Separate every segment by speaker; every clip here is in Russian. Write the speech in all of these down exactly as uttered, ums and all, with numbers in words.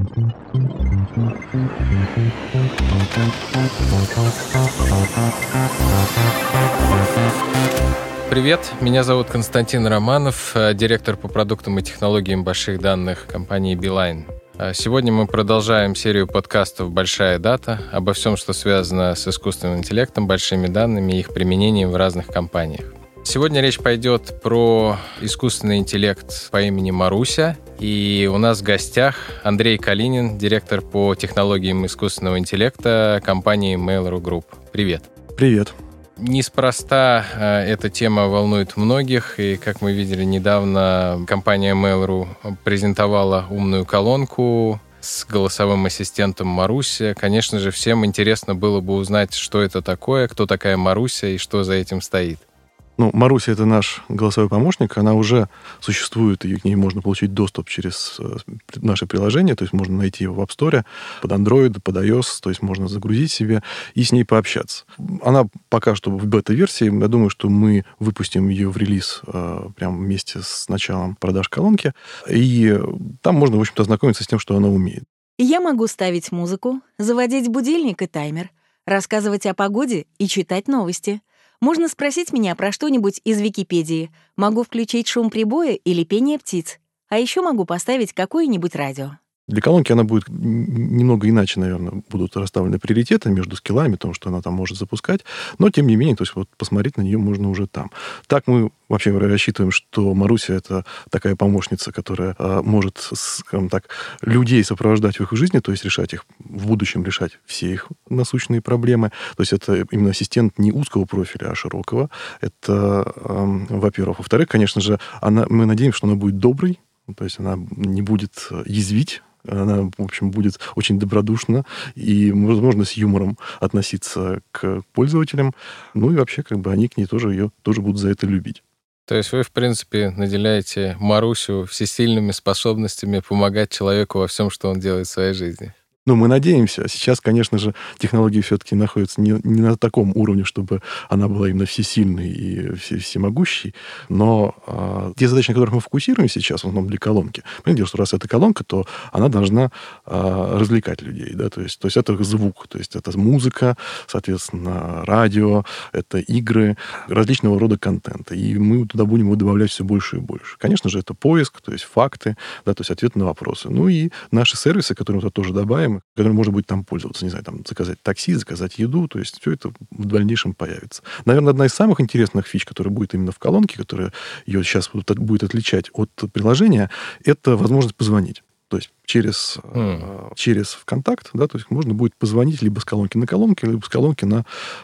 Speaker 1: Привет, меня зовут Константин Романов, директор по продуктам и технологиям больших данных компании Beeline. Сегодня мы продолжаем серию подкастов «Большая дата» обо всем, что связано с искусственным интеллектом, большими данными и их применением в разных компаниях. Сегодня речь пойдет про искусственный интеллект по имени Маруся. И у нас в гостях Андрей Калинин, директор по технологиям искусственного интеллекта компании Mail.ru Group. Привет.
Speaker 2: Привет.
Speaker 1: Неспроста э, эта тема волнует многих, и, как мы видели недавно, компания Mail.ru презентовала умную колонку с голосовым ассистентом Маруся. Конечно же, всем интересно было бы узнать, что это такое, кто такая Маруся и что за этим стоит.
Speaker 2: Ну, Маруся — это наш голосовой помощник, она уже существует, и к ней можно получить доступ через наше приложение, то есть можно найти его в App Store, под Android, под iOS, то есть можно загрузить себе и с ней пообщаться. Она пока что в бета-версии, я думаю, что мы выпустим ее в релиз э, прямо вместе с началом продаж колонки, и там можно, в общем-то, ознакомиться с тем, что она умеет.
Speaker 3: Я могу ставить музыку, заводить будильник и таймер, рассказывать о погоде и читать новости. Можно спросить меня про что-нибудь из Википедии. Могу включить шум прибоя или пение птиц. А еще могу поставить какое-нибудь радио.
Speaker 2: Для колонки она будет немного иначе, наверное, будут расставлены приоритеты между скиллами, потому что она там может запускать. Но, тем не менее, то есть вот посмотреть на нее можно уже там. Так мы вообще рассчитываем, что Маруся — это такая помощница, которая э, может, скажем так, людей сопровождать в их жизни, то есть решать их, в будущем решать все их насущные проблемы. То есть это именно ассистент не узкого профиля, а широкого. Это, э, во-первых. Во-вторых, конечно же, она, мы надеемся, что она будет доброй, то есть она не будет язвить. Она, в общем, будет очень добродушна и, возможно, с юмором относиться к пользователям. Ну и вообще, как бы, они к ней тоже ее тоже будут за это любить.
Speaker 1: То есть вы, в принципе, наделяете Марусю всесильными способностями помогать человеку во всем, что он делает в своей жизни.
Speaker 2: Ну, мы надеемся. Сейчас, конечно же, технологии все-таки находятся не, не на таком уровне, чтобы она была именно всесильной и все, всемогущей. Но а, те задачи, на которых мы фокусируем сейчас, в основном для колонки, понятно, что раз это колонка, то она должна а, развлекать людей. Да? То есть, то есть это звук, то есть это музыка, соответственно, радио, это игры, различного рода контента. И мы туда будем его добавлять все больше и больше. Конечно же, это поиск, то есть факты, да, то есть ответы на вопросы. Ну и наши сервисы, которые мы туда тоже добавим, которым можно будет там пользоваться, не знаю, там, заказать такси, заказать еду, то есть все это в дальнейшем появится. Наверное, одна из самых интересных фич, которая будет именно в колонке, которая ее сейчас будет отличать от приложения, это возможность позвонить. То есть через, mm. через ВКонтакт, да, то есть можно будет позвонить либо с колонки на колонке, либо с колонки на,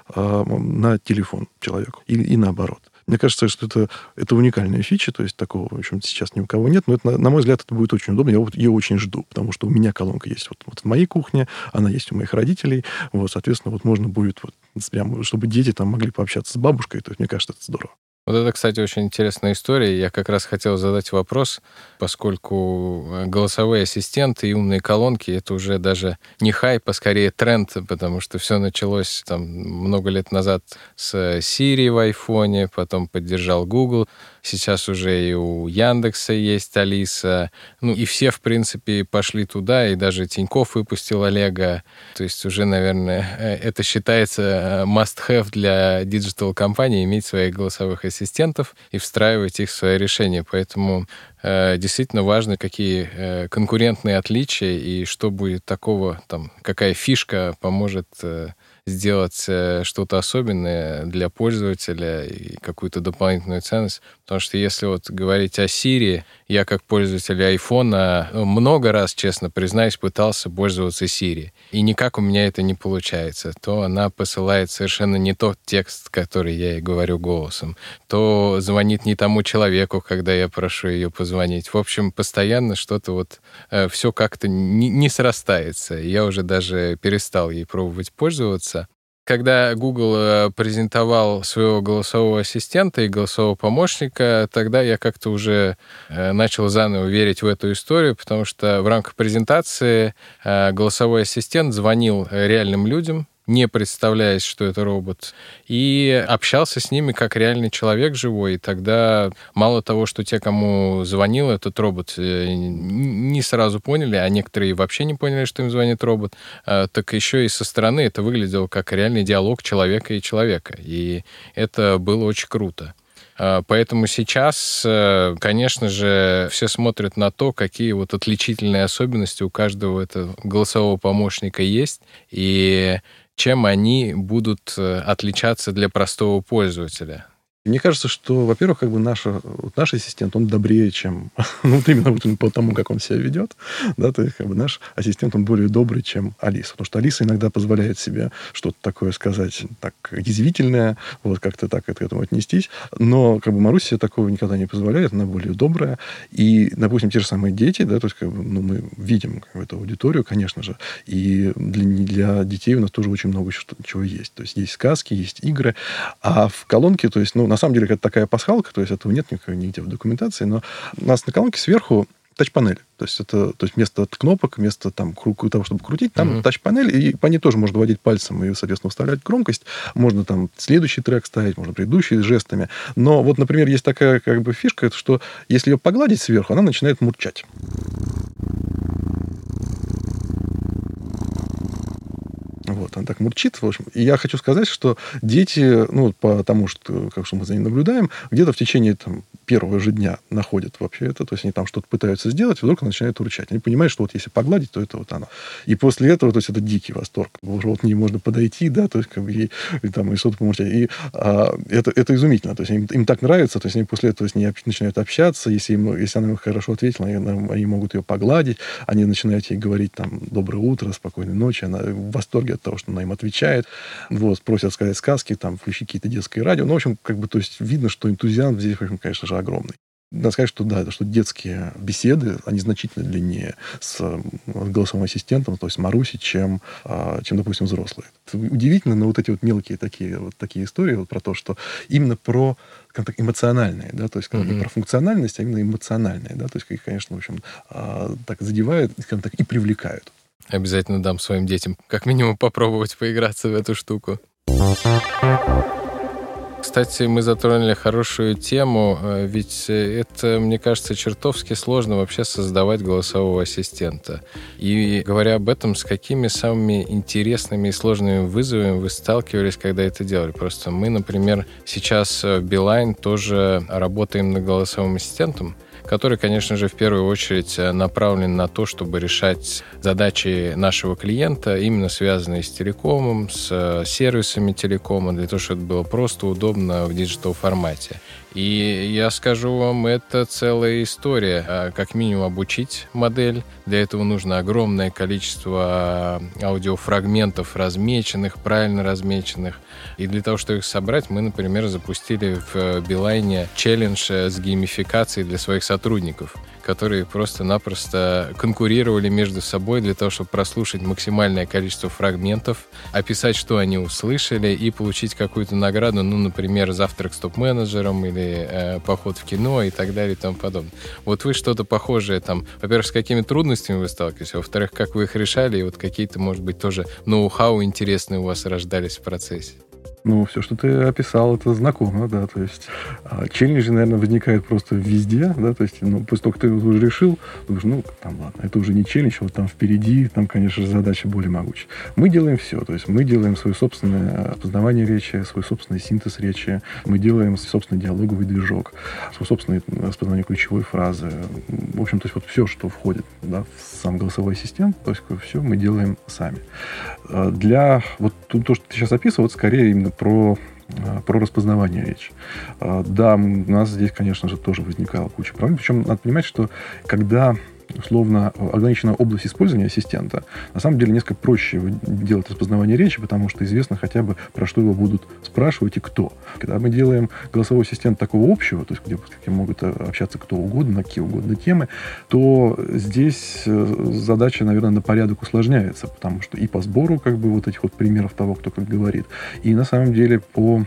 Speaker 2: на телефон человеку, и, и наоборот. Мне кажется, что это, это уникальная фича, то есть такого, в общем, сейчас ни у кого нет, но это, на, на мой взгляд, это будет очень удобно, я вот ее очень жду, потому что у меня колонка есть вот, вот в моей кухне, она есть у моих родителей, вот, соответственно, вот можно будет, вот, прям, чтобы дети там могли пообщаться с бабушкой, то есть мне кажется, это здорово.
Speaker 1: Вот это, кстати, очень интересная история. Я как раз хотел задать вопрос, поскольку голосовые ассистенты и умные колонки — это уже даже не хайп, а скорее тренд, потому что все началось там много лет назад с Siri в айфоне, потом поддержал Google, сейчас уже и у Яндекса есть Алиса. Ну и все, в принципе, пошли туда, и даже Тинькофф выпустил Олега. То есть уже, наверное, это считается must-have для диджитал-компании иметь своих голосовых ассистентов. ассистентов и встраивать их в свои решения. Поэтому э, действительно важно, какие э, конкурентные отличия и что будет такого, там, какая фишка поможет э, сделать э, что-то особенное для пользователя и какую-то дополнительную ценность. Потому что если вот говорить о Siri, я как пользователь айфона много раз, честно признаюсь, пытался пользоваться Siri. И никак у меня это не получается. То она посылает совершенно не тот текст, который я ей говорю голосом, то звонит не тому человеку, когда я прошу ее позвонить. В общем, постоянно что-то вот э, все как-то не, не срастается. Я уже даже перестал ей пробовать пользоваться. Когда Google презентовал своего голосового ассистента и голосового помощника, тогда я как-то уже начал заново верить в эту историю, потому что в рамках презентации голосовой ассистент звонил реальным людям, не представляясь, что это робот, и общался с ними как реальный человек живой. И тогда мало того, что те, кому звонил этот робот, не сразу поняли, а некоторые вообще не поняли, что им звонит робот, так еще и со стороны это выглядело как реальный диалог человека и человека. И это было очень круто. Поэтому сейчас, конечно же, все смотрят на то, какие вот отличительные особенности у каждого этого голосового помощника есть, и чем они будут отличаться для простого пользователя.
Speaker 2: Мне кажется, что, во-первых, как бы наша, вот наш ассистент, он добрее, чем... Ну, вот именно вот по тому, как он себя ведет. Да, то есть, как бы наш ассистент, он более добрый, чем Алиса. Потому что Алиса иногда позволяет себе что-то такое сказать, так, язвительное, вот как-то так к этому отнестись. Но, как бы, Маруся себе такого никогда не позволяет, она более добрая. И, допустим, те же самые дети, да, то есть, как бы, ну, мы видим как бы, эту аудиторию, конечно же, и для, для детей у нас тоже очень много чего есть. То есть, есть сказки, есть игры. А в колонке, то есть, ну, на самом деле, это такая пасхалка, то есть этого нет нигде в документации, но у нас на колонке сверху тач-панель. То есть это то есть вместо кнопок, вместо там, того, чтобы крутить, там mm-hmm. тач-панель, и по ней тоже можно водить пальцем и, соответственно, вставлять громкость. Можно там следующий трек ставить, можно предыдущий жестами. Но вот, например, есть такая как бы фишка, что если ее погладить сверху, она начинает мурчать. Вот, она так мурчит, в общем. И я хочу сказать, что дети, ну, по тому, что, как что мы за ними наблюдаем, где-то в течение там, первого же дня находят вообще это, то есть они там что-то пытаются сделать, и вдруг она начинает урчать. Они понимают, что вот если погладить, то это вот оно. И после этого, то есть это дикий восторг. Уже вот к ней можно подойти, да, то есть как бы ей и, там, и что-то помурчать. И а, это, это изумительно. То есть им, им так нравится, то есть они после этого с ней начинают общаться, если, им, если она им хорошо ответила, они, они могут ее погладить, они начинают ей говорить там «доброе утро», «спокойной ночи», она в восторге от того, что она им отвечает, вот, просят сказать сказки, там, включить какие-то детские радио. Ну, в общем, как бы, то есть видно, что энтузиазм здесь, в общем, конечно же, огромный. Надо сказать, что да, что детские беседы, они значительно длиннее с голосовым ассистентом, то есть Марусей, чем, чем, допустим, взрослые. Это удивительно, но вот эти вот мелкие такие, вот такие истории вот про то, что именно про так, эмоциональные, да, то есть mm-hmm. не про функциональность, а именно эмоциональные, да, то есть их, конечно, в общем, так задевают, скажем так, и привлекают.
Speaker 1: Обязательно дам своим детям как минимум попробовать поиграться в эту штуку. Кстати, мы затронули хорошую тему, ведь это, мне кажется, чертовски сложно вообще создавать голосового ассистента. И говоря об этом, с какими самыми интересными и сложными вызовами вы сталкивались, когда это делали? Просто мы, например, сейчас в Билайн тоже работаем над голосовым ассистентом, который, конечно же, в первую очередь направлен на то, чтобы решать задачи нашего клиента, именно связанные с телекомом, с сервисами телекома, для того, чтобы это было просто удобно в диджитал-формате. И я скажу вам, это целая история. Как минимум обучить модель. Для этого нужно огромное количество аудиофрагментов размеченных, правильно размеченных. И для того, чтобы их собрать, мы, например, запустили в Билайне челлендж с геймификацией для своих сотрудников, которые просто-напросто конкурировали между собой для того, чтобы прослушать максимальное количество фрагментов, описать, что они услышали, и получить какую-то награду, ну, например, завтрак с топ-менеджером или э, поход в кино и так далее и тому подобное. Вот вы что-то похожее там, во-первых, с какими трудностями вы сталкиваетесь, а во-вторых, как вы их решали, и вот какие-то, может быть, тоже ноу-хау интересные у вас рождались в процессе.
Speaker 2: Ну, все, что ты описал, это знакомо, да, то есть а, челленджи, наверное, возникают просто везде, да, то есть, ну, после того, как ты уже решил, думаешь, ну, там, ладно, это уже не челлендж, вот там впереди, там, конечно же, задача более могучая. Мы делаем все, то есть мы делаем свое собственное опознавание речи, свой собственный синтез речи, мы делаем собственный диалоговый движок, свой собственное распознавание ключевой фразы, в общем, то есть вот все, что входит, да, в сам голосовой ассистент, то есть все мы делаем сами. Для, вот то, что ты сейчас описывал, вот скорее именно про, про распознавание речи. Да, у нас здесь, конечно же, тоже возникала куча проблем. Причем надо понимать, что когда условно ограничена область использования ассистента, на самом деле несколько проще делать распознавание речи, потому что известно хотя бы, про что его будут спрашивать и кто. Когда мы делаем голосовой ассистент такого общего, то есть где могут общаться кто угодно, на какие угодно темы, то здесь задача, наверное, на порядок усложняется, потому что и по сбору как бы вот этих вот примеров того, кто как говорит, и на самом деле по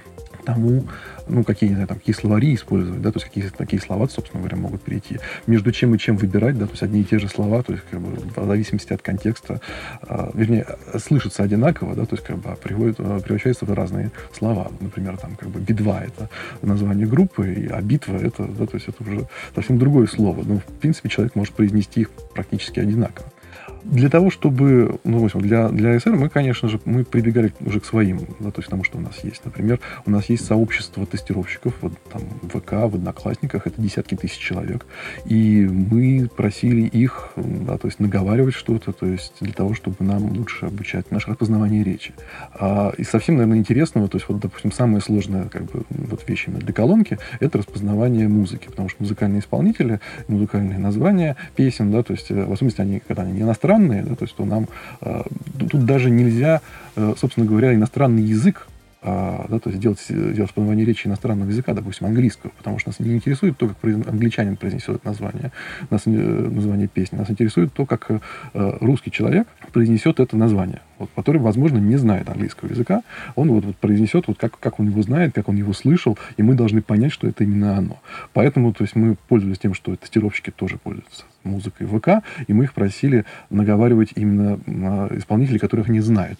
Speaker 2: тому, ну, какие, не знаю, там, какие словари использовать, да, то есть какие такие слова, собственно говоря, могут перейти. Между чем и чем выбирать, да, то есть одни и те же слова, то есть как бы в зависимости от контекста, э, вернее, слышатся одинаково, да, то есть как бы приводят, превращаются в разные слова. Например, там, как бы би два — это название группы, а битва — это, да, то есть это уже совсем другое слово. Но, в принципе, человек может произнести их практически одинаково. Для того, чтобы, ну, в общем, для, для эй эс эр мы, конечно же, мы прибегали уже к своим, да, то есть к тому, что у нас есть. Например, у нас есть сообщество тестировщиков, вот там в ВК, в Одноклассниках, это десятки тысяч человек, и мы просили их, да, то есть наговаривать что-то, то есть для того, чтобы нам лучше обучать наше распознавание речи. А, и совсем, наверное, интересного, то есть вот, допустим, самая сложная, как бы, вот вещь именно для колонки — это распознавание музыки, потому что музыкальные исполнители, музыкальные названия песен, да, то есть в особенности они, когда они не иностранные, да, то есть то нам э, тут даже нельзя, э, собственно говоря, иностранный язык, э, да, то есть делать, делать распознавание речи иностранного языка, допустим, английского, потому что нас не интересует то, как англичанин произнесет это название, нас, э, название песни, нас интересует то, как э, русский человек произнесет это название, вот, который, возможно, не знает английского языка, он вот, вот произнесет, вот как, как он его знает, как он его слышал, и мы должны понять, что это именно оно. Поэтому, то есть, мы пользовались тем, что тестировщики тоже пользуются музыкой ВК, и мы их просили наговаривать именно исполнителей, которых не знают.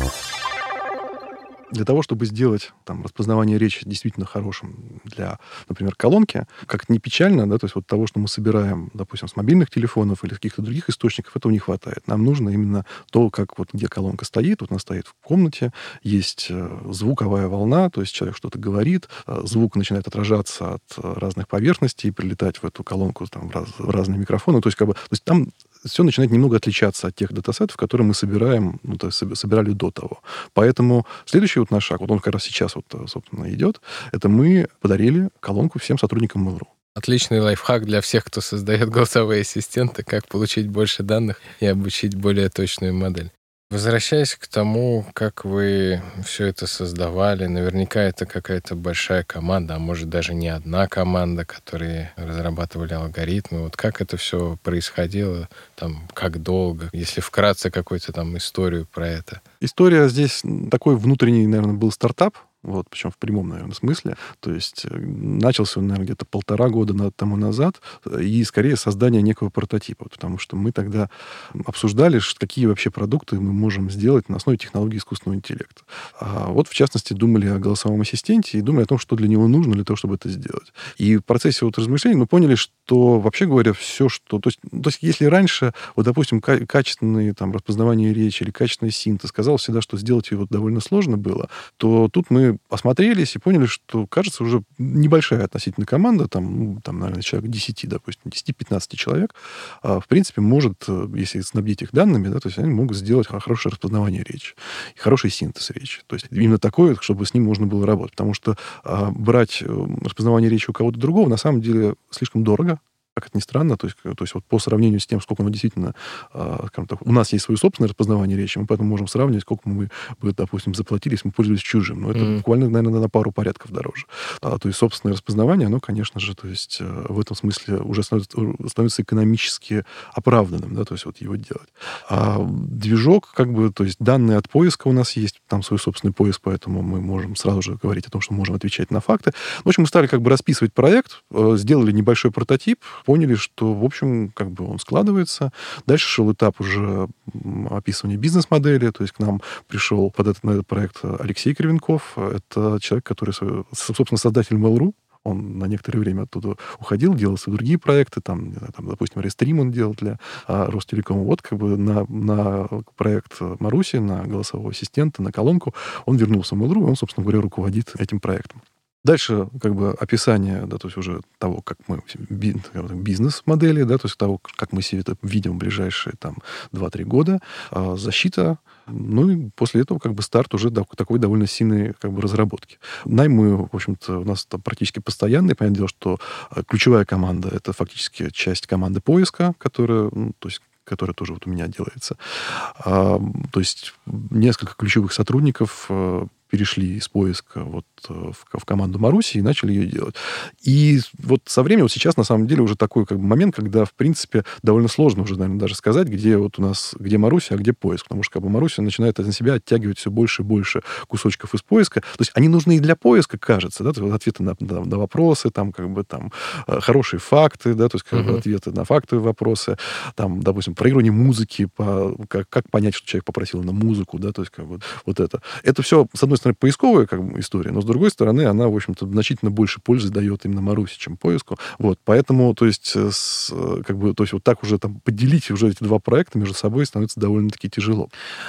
Speaker 2: Для того, чтобы сделать там распознавание речи действительно хорошим для, например, колонки, как ни печально, да, то есть вот того, что мы собираем, допустим, с мобильных телефонов или каких-то других источников, этого не хватает. Нам нужно именно то, как вот где колонка стоит. Вот она стоит в комнате, есть звуковая волна, то есть человек что-то говорит, звук начинает отражаться от разных поверхностей и прилетать в эту колонку там, в, раз, в разные микрофоны. То есть, как бы, то есть там все начинает немного отличаться от тех датасетов, которые мы собираем, ну, то есть собирали до того. Поэтому следующий вот наш шаг, вот он как раз сейчас, вот, собственно, идет, это мы подарили колонку всем сотрудникам Mail.ru.
Speaker 1: Отличный лайфхак для всех, кто создает голосовые ассистенты, как получить больше данных и обучить более точную модель. Возвращаясь к тому, как вы все это создавали, наверняка это какая-то большая команда, а может даже не одна команда, которые разрабатывали алгоритмы. Вот как это все происходило, там, как долго, если вкратце какую-то там историю про это?
Speaker 2: История здесь такой внутренний, наверное, был стартап. Вот, причем в прямом, наверное, смысле. То есть начался он, наверное, где-то полтора года тому назад, и скорее создание некого прототипа, потому что мы тогда обсуждали, какие вообще продукты мы можем сделать на основе технологий искусственного интеллекта. А вот, в частности, думали о голосовом ассистенте и думали о том, что для него нужно для того, чтобы это сделать. И в процессе вот размышлений мы поняли, что, вообще говоря, все, что... То есть, то есть если раньше, вот, допустим, качественное там, распознавание речи или качественный синтез казалось всегда, что сделать его довольно сложно было, то тут мы осмотрелись и поняли, что, кажется, уже небольшая относительно команда, там, ну, там наверное, человек десять, допустим, десять-пятнадцать человек, а, в принципе, может, если снабдить их данными, да, то есть они могут сделать хорошее распознавание речи, и хороший синтез речи. То есть именно такое, чтобы с ним можно было работать. Потому что а, брать распознавание речи у кого-то другого на самом деле слишком дорого. Как это ни странно, то есть, то есть вот по сравнению с тем, сколько мы действительно, э, скажем так, у нас есть свое собственное распознавание речи, мы поэтому можем сравнивать, сколько мы бы, допустим, заплатили, если мы пользовались чужим. Но это mm-hmm. буквально, наверное, на пару порядков дороже. А, то есть собственное распознавание, оно, конечно же, то есть э, в этом смысле уже становится, становится экономически оправданным, да, то есть вот его делать. А движок, как бы, то есть данные от поиска у нас есть, там свой собственный поиск, поэтому мы можем сразу же говорить о том, что можем отвечать на факты. В общем, мы стали как бы расписывать проект, э, сделали небольшой прототип, поняли, что, в общем, как бы он складывается. Дальше шел этап уже описывания бизнес-модели, то есть к нам пришел под этот, на этот проект Алексей Кривенков. Это человек, который, собственно, создатель Mail.ru. Он на некоторое время оттуда уходил, делал свои другие проекты, там, не знаю, там, допустим, Рестрим он делал для а, Ростелекома. Вот как бы на, на проект Маруси, на голосового ассистента, на колонку он вернулся в Mail.ru, и он, собственно говоря, руководит этим проектом. Дальше как бы описание, да, то есть уже того, как мы бизнес-модели, да, то есть того, как мы себе это видим в ближайшие там два-три года, а, защита, ну и после этого как бы старт уже такой довольно сильной как бы разработки. Наймы, в общем-то, у нас там практически постоянные. Понятное дело, что ключевая команда — это фактически часть команды поиска, которая, ну, то есть которая тоже вот у меня делается. А, то есть несколько ключевых сотрудников, перешли из поиска вот в, в команду Маруси и начали ее делать. И вот со временем, вот сейчас, на самом деле, уже такой как бы момент, когда, в принципе, довольно сложно уже, наверное, даже сказать, где вот у нас, где Маруся, а где поиск. Потому что как бы Маруся начинает на себя оттягивать все больше и больше кусочков из поиска. То есть они нужны и для поиска, кажется, да, то есть вот ответы на, на, на вопросы, там, как бы, там, хорошие факты, да, то есть как бы, uh-huh. ответы на факты, вопросы, там, допустим, проигрывание музыки, по, как, как понять, что человек попросил на музыку, да, то есть как бы вот это. Это все, с одной стороны, поисковая как бы, история, но с другой стороны, она, в общем-то, значительно больше пользы дает именно Маруси, чем поиску. Вот, поэтому, то есть, с, как бы, то есть вот так уже там поделить уже эти два проекта между собой становится довольно-таки тяжело.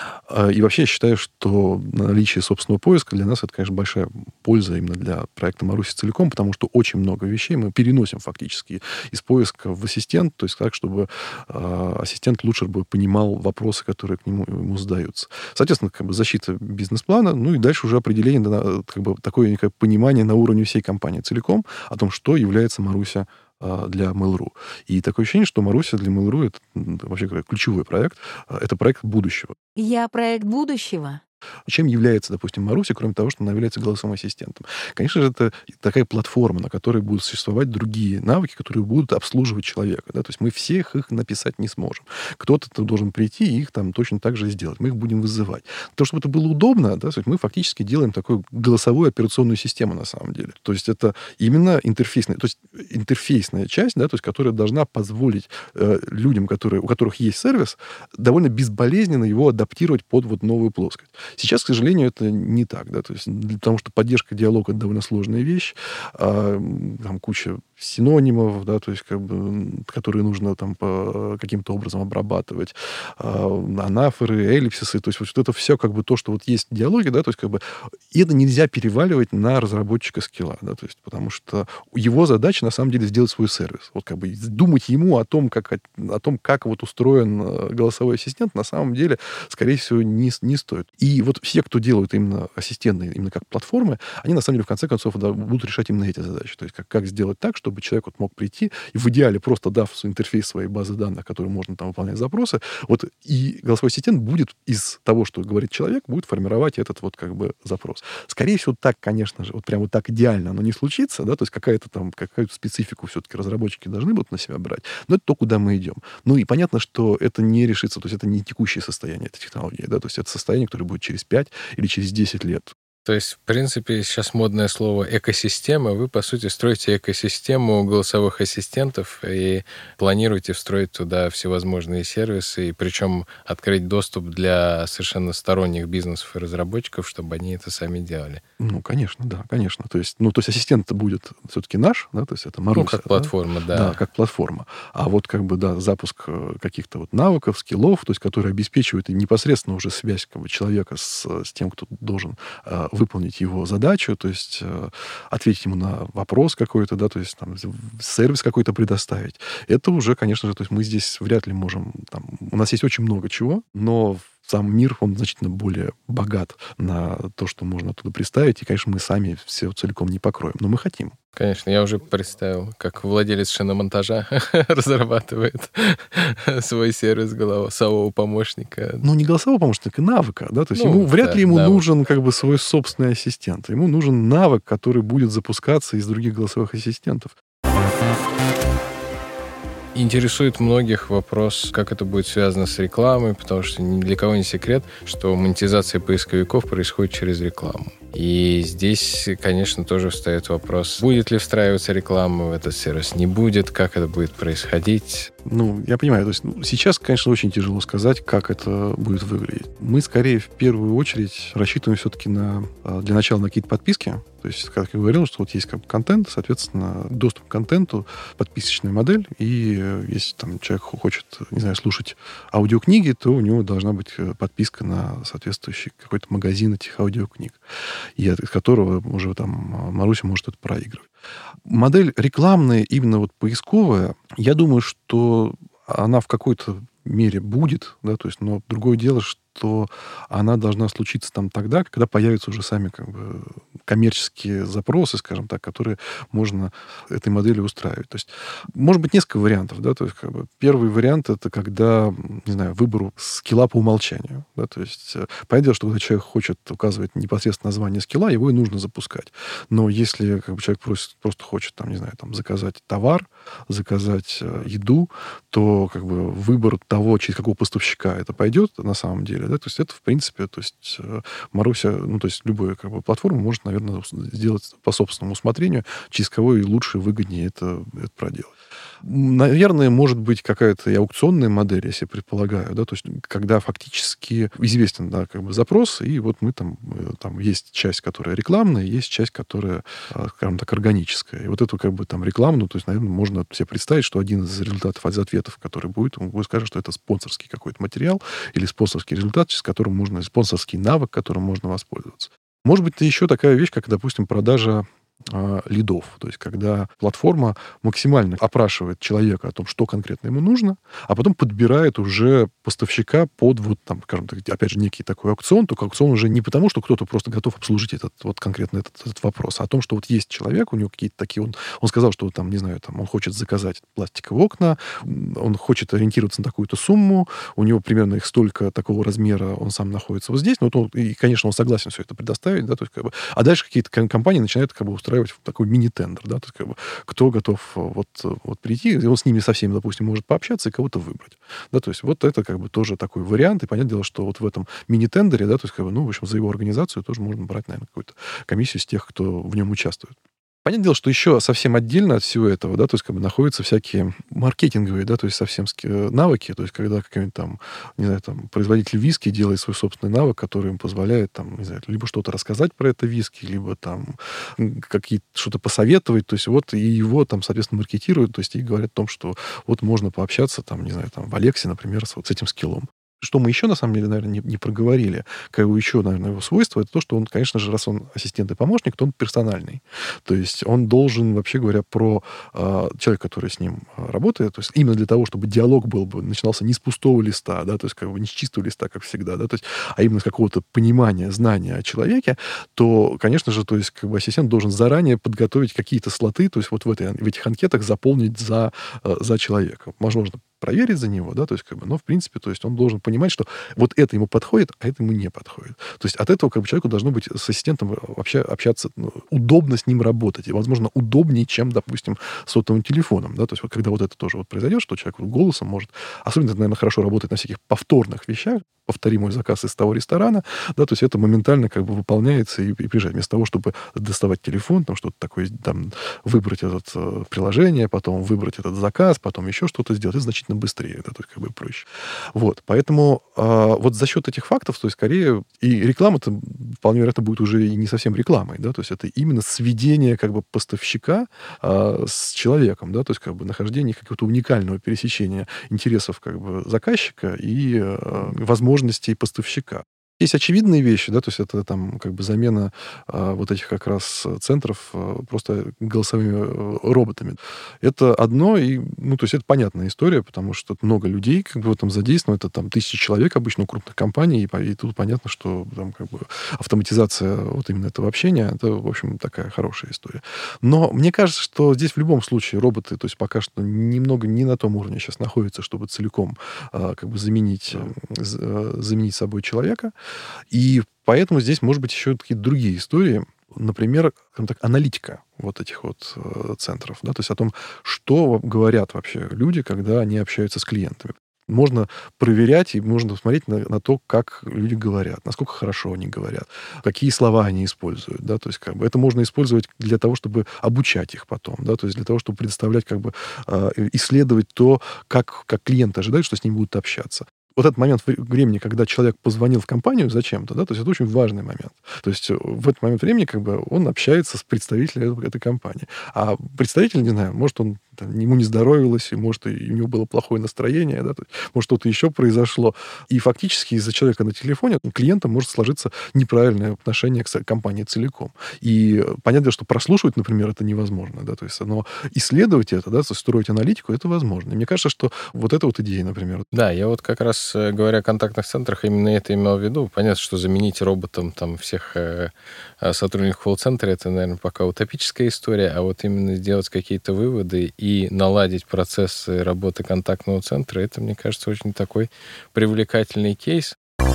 Speaker 2: И вообще я считаю, что наличие собственного поиска для нас это, конечно, большая польза именно для проекта Маруси целиком, потому что очень много вещей мы переносим фактически из поиска в ассистент, то есть так, чтобы э, ассистент лучше бы понимал вопросы, которые к нему ему задаются. Соответственно, как бы защита бизнес-плана, ну и дальше уже определение, как бы такое некое понимание на уровне всей компании целиком о том, что является Маруся для Mail.ru. И такое ощущение, что Маруся для Mail.ru это вообще ключевой проект. Это проект будущего.
Speaker 3: Я проект будущего.
Speaker 2: Чем является, допустим, Маруся, кроме того, что она является голосовым ассистентом? Конечно же, это такая платформа, на которой будут существовать другие навыки, которые будут обслуживать человека. Да? То есть мы всех их написать не сможем. Кто-то должен прийти и их там точно так же сделать. Мы их будем вызывать. То, чтобы это было удобно, да, то есть мы фактически делаем такую голосовую операционную систему на самом деле. То есть это именно интерфейсная, то есть интерфейсная часть, да, то есть которая должна позволить э, людям, которые, у которых есть сервис, довольно безболезненно его адаптировать под вот новую плоскость. Сейчас, к сожалению, это не так, да, то есть, потому что поддержка диалога — это довольно сложная вещь, а, там куча синонимов, да, то есть, как бы, которые нужно там по каким-то образом обрабатывать, а, анафоры, эллипсисы, то есть вот это все как бы то, что вот есть в диалоге, да, то есть как бы и это нельзя переваливать на разработчика скилла, да, то есть потому что его задача на самом деле сделать свой сервис, вот как бы думать ему о том, как, о том, как вот устроен голосовой ассистент, на самом деле, скорее всего, не, не стоит. И вот все, кто делают именно ассистенты, именно как платформы, они, на самом деле, в конце концов, да, будут решать именно эти задачи. То есть как, как сделать так, чтобы человек вот мог прийти и в идеале просто дав интерфейс своей базы данных, которую можно там выполнять запросы, вот и голосовой ассистент будет из того, что говорит человек, будет формировать этот вот как бы запрос. Скорее всего, так, конечно же, вот прям вот так идеально оно не случится, да, то есть какая-то там, какую-то специфику все-таки разработчики должны будут на себя брать, но это то, куда мы идем. Ну и понятно, что это не решится, то есть это не текущее состояние этой технологии, да, то есть это состояние, которое будет через пять или через десять лет.
Speaker 1: То есть, в принципе, сейчас модное слово «экосистема». Вы, по сути, строите экосистему голосовых ассистентов и планируете встроить туда всевозможные сервисы, и причем открыть доступ для совершенно сторонних бизнесов и разработчиков, чтобы они это сами делали.
Speaker 2: Ну, конечно, да, конечно. То есть, ну, то есть ассистент будет все-таки наш, да, то есть это Маруся.
Speaker 1: Ну, как платформа, да.
Speaker 2: Да, как платформа. А вот как бы, да, запуск каких-то вот навыков, скиллов, то есть которые обеспечивают и непосредственно уже связь как бы, человека с, с тем, кто должен выполнить его задачу, то есть э, ответить ему на вопрос какой-то, да, то есть там, сервис какой-то предоставить. Это уже, конечно же, то есть мы здесь вряд ли можем... Там, у нас есть очень много чего, но сам мир, он значительно более богат на то, что можно оттуда представить, и, конечно, мы сами все целиком не покроем, но мы хотим.
Speaker 1: Конечно, я уже представил, как владелец шиномонтажа разрабатывает свой сервис голосового помощника.
Speaker 2: Ну, не голосового помощника, навыка, да, то есть
Speaker 1: ну,
Speaker 2: ему вряд
Speaker 1: да,
Speaker 2: ли ему
Speaker 1: навык.
Speaker 2: нужен как бы свой собственный ассистент. Ему нужен навык, который будет запускаться из других голосовых ассистентов.
Speaker 1: Интересует многих вопрос, как это будет связано с рекламой, потому что ни для кого не секрет, что монетизация поисковиков происходит через рекламу. И здесь, конечно, тоже встает вопрос, будет ли встраиваться реклама в этот сервис, не будет, как это будет происходить.
Speaker 2: Ну, я понимаю, то есть ну, сейчас, конечно, очень тяжело сказать, как это будет выглядеть. Мы, скорее, в первую очередь рассчитываем все-таки на, для начала на какие-то подписки. То есть, как я говорил, что вот есть как бы контент, соответственно, доступ к контенту, подписочная модель, и если там человек хочет, не знаю, слушать аудиокниги, то у него должна быть подписка на соответствующий какой-то магазин этих аудиокниг, и от которого уже там Маруся может это проигрывать. Модель рекламная, именно вот поисковая, я думаю, что она в какой-то мере будет, да, то есть, но другое дело, что она должна случиться там тогда, когда появятся уже сами как бы коммерческие запросы, скажем так, которые можно этой моделью устраивать. То есть, может быть, несколько вариантов, да, то есть, как бы, первый вариант — это когда, не знаю, выбор скилла по умолчанию, да, то есть, понятное дело, что когда человек хочет указывать непосредственно название скилла, его и нужно запускать. Но если, как бы, человек просит, просто хочет, там, не знаю, там, заказать товар, заказать э, еду, то, как бы, выбор того, через какого поставщика это пойдет на самом деле, да, то есть это, в принципе, то есть э, Маруся, ну, то есть любая, как бы, платформа может, наверное, сделать по собственному усмотрению, через кого и лучше, выгоднее это, это проделать. Наверное, может быть какая-то и аукционная модель, я себе предполагаю, да, то есть когда фактически известен, да, как бы запрос, и вот мы там, там есть часть, которая рекламная, есть часть, которая, скажем так, органическая. И вот эту, как бы, там рекламную, то есть, наверное, можно себе представить, что один из результатов, из ответов, который будет, он будет скажет, что это спонсорский какой-то материал или спонсорский результат, с которым можно, спонсорский навык, которым можно воспользоваться. Может быть, еще такая вещь, как, допустим, продажа лидов. То есть, когда платформа максимально опрашивает человека о том, что конкретно ему нужно, а потом подбирает уже поставщика под, вот, там, скажем так, опять же, некий такой аукцион, только аукцион уже не потому, что кто-то просто готов обслужить этот, вот, конкретно этот, этот вопрос, а о том, что вот есть человек, у него какие-то такие... Он, он сказал, что, там, не знаю, там, он хочет заказать пластиковые окна, он хочет ориентироваться на такую-то сумму, у него примерно их столько, такого размера, он сам находится вот здесь, но вот он, и, конечно, он согласен все это предоставить, да, то есть, как бы, а дальше какие-то компании начинают, как бы, устраивать такой мини-тендер, да, то есть, как бы, кто готов вот, вот прийти, и он с ними со всеми, допустим, может пообщаться и кого-то выбрать. Да, то есть вот это, как бы, тоже такой вариант, и понятное дело, что вот в этом мини-тендере, да, то есть, как бы, ну, в общем, за его организацию тоже можно брать, наверное, какую-то комиссию с тех, кто в нем участвует. Понятное дело, что еще совсем отдельно от всего этого, да, то есть, как бы, находятся всякие маркетинговые, да, то есть совсем навыки, то есть когда какой-нибудь там, не знаю, там, производитель виски делает свой собственный навык, который ему позволяет, там, не знаю, либо что-то рассказать про это виски, либо там какие-то что-то посоветовать, то есть вот и его там, соответственно, маркетируют, то есть и говорят о том, что вот можно пообщаться, там, не знаю, там, в Алексе, например, с вот с этим скиллом. Что мы еще, на самом деле, наверное, не, не проговорили, как его еще, наверное, его свойство, это то, что он, конечно же, раз он ассистент и помощник, то он персональный. То есть он должен, вообще говоря, про э, человека, который с ним э, работает, то есть именно для того, чтобы диалог был бы, начинался не с пустого листа, да, то есть как бы не с чистого листа, как всегда, да, то есть, а именно с какого-то понимания, знания о человеке, то, конечно же, то есть как бы ассистент должен заранее подготовить какие-то слоты, то есть вот в, этой, в этих анкетах заполнить за, э, за человека. Возможно, проверить за него, да, то есть, как бы, но, в принципе, то есть он должен понимать, что вот это ему подходит, а это ему не подходит. То есть от этого, как бы, человеку должно быть с ассистентом вообще общаться, ну, удобно с ним работать, и, возможно, удобнее, чем, допустим, сотовым телефоном, да, то есть вот когда вот это тоже вот произойдет, что человек вот голосом может, особенно это, наверное, хорошо работает на всяких повторных вещах, повтори мой заказ из того ресторана, да, то есть это моментально, как бы, выполняется и, и приезжает. Вместо того, чтобы доставать телефон, там что-то такое, там, выбрать это э, приложение, потом выбрать этот заказ, потом еще что-то сделать, это значительно быстрее, да, то есть как бы проще. Вот, поэтому э, вот за счет этих фактов, то есть скорее и реклама-то вполне вероятно будет уже и не совсем рекламой, да, то есть это именно сведение, как бы, поставщика э, с человеком, да, то есть как бы нахождение какого-то уникального пересечения интересов, как бы, заказчика и э, возможностей поставщика. Есть очевидные вещи, да, то есть это там, как бы, замена а, вот этих как раз центров а, просто голосовыми а, роботами. Это одно, и, ну, то есть это понятная история, потому что много людей, как бы, в этом задействовано, это там тысячи человек обычно у крупных компаний, и, и тут понятно, что там, как бы, автоматизация вот именно этого общения, это, в общем, такая хорошая история. Но мне кажется, что здесь в любом случае роботы, то есть пока что немного не на том уровне сейчас находятся, чтобы целиком а, как бы заменить, а, заменить собой человека. И поэтому здесь, может быть, еще какие-то другие истории. Например, скажем так, аналитика вот этих вот э, центров. Да, то есть о том, что говорят вообще люди, когда они общаются с клиентами. Можно проверять и можно посмотреть на, на то, как люди говорят, насколько хорошо они говорят, какие слова они используют. Да, то есть как бы, это можно использовать для того, чтобы обучать их потом. Да, то есть для того, чтобы предоставлять, как бы, э, исследовать то, как, как клиенты ожидают, что с ним будут общаться. Вот этот момент времени, когда человек позвонил в компанию зачем-то, да, то есть это очень важный момент. То есть в этот момент времени, как бы, он общается с представителем этой компании. А представитель, не знаю, может, он там, ему не здоровилось, и, может, и у него было плохое настроение, да, может, что-то еще произошло. И фактически из-за человека на телефоне у клиента может сложиться неправильное отношение к компании целиком. И понятно, что прослушивать, например, это невозможно, да, то есть, но исследовать это, да, строить аналитику, это возможно. И мне кажется, что вот эта вот идея, например.
Speaker 1: Да, я вот как раз, говоря о контактных центрах, именно это имел в виду. Понятно, что заменить роботом там всех э, сотрудников колл-центра, это, наверное, пока утопическая история, а вот именно сделать какие-то выводы и наладить процессы работы контактного центра, это, мне кажется, очень такой привлекательный кейс.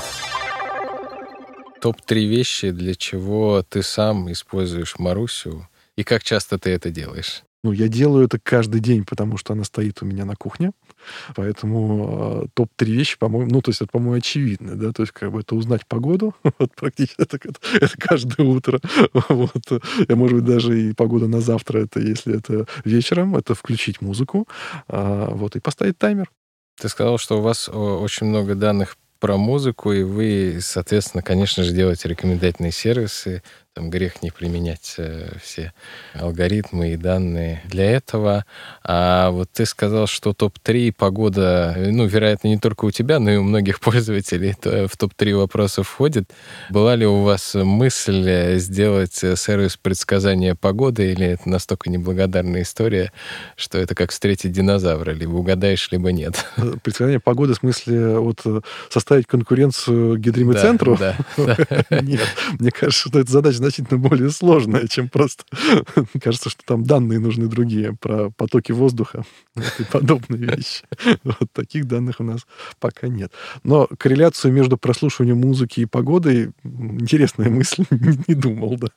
Speaker 1: топ три вещи, для чего ты сам используешь Марусю, и как часто ты это делаешь?
Speaker 2: Ну, я делаю это каждый день, потому что она стоит у меня на кухне. Поэтому э, топ три вещи, по-моему, ну, то есть это, по-моему, очевидно, да, то есть как бы это узнать погоду, вот практически это, это, это каждое утро, вот, и, может быть, даже и погода на завтра, это если это вечером, это включить музыку, э, вот, и поставить таймер.
Speaker 1: Ты сказал, что у вас очень много данных про музыку, и вы, соответственно, конечно же, делаете рекомендательные сервисы. Там грех не применять э, все алгоритмы и данные для этого. А вот ты сказал, что топ три погода, ну, вероятно, не только у тебя, но и у многих пользователей в топ три вопросов входит. Была ли у вас мысль сделать сервис предсказания погоды, или это настолько неблагодарная история, что это как встретить динозавра, либо угадаешь, либо нет?
Speaker 2: Предсказание погоды в смысле вот составить конкуренцию Гидромедцентру?
Speaker 1: Да, да, да.
Speaker 2: Нет, мне кажется, что эта задача значительно более сложная, чем просто... Кажется, что там данные нужны другие про потоки воздуха и подобные вещи. Вот таких данных у нас пока нет. Но корреляцию между прослушиванием музыки и погодой — интересная мысль, не думал, да.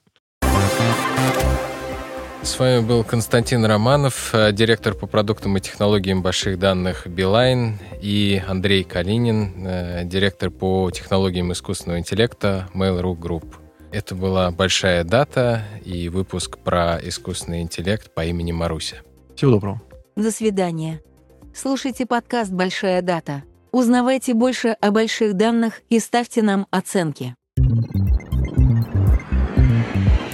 Speaker 1: С вами был Константин Романов, директор по продуктам и технологиям больших данных Билайн, и Андрей Калинин, директор по технологиям искусственного интеллекта Mail.ru Group. Это была «Большая дата» и выпуск про искусственный интеллект по имени Маруся.
Speaker 2: Всего доброго.
Speaker 3: До свидания. Слушайте подкаст «Большая дата». Узнавайте больше о больших данных и ставьте нам оценки.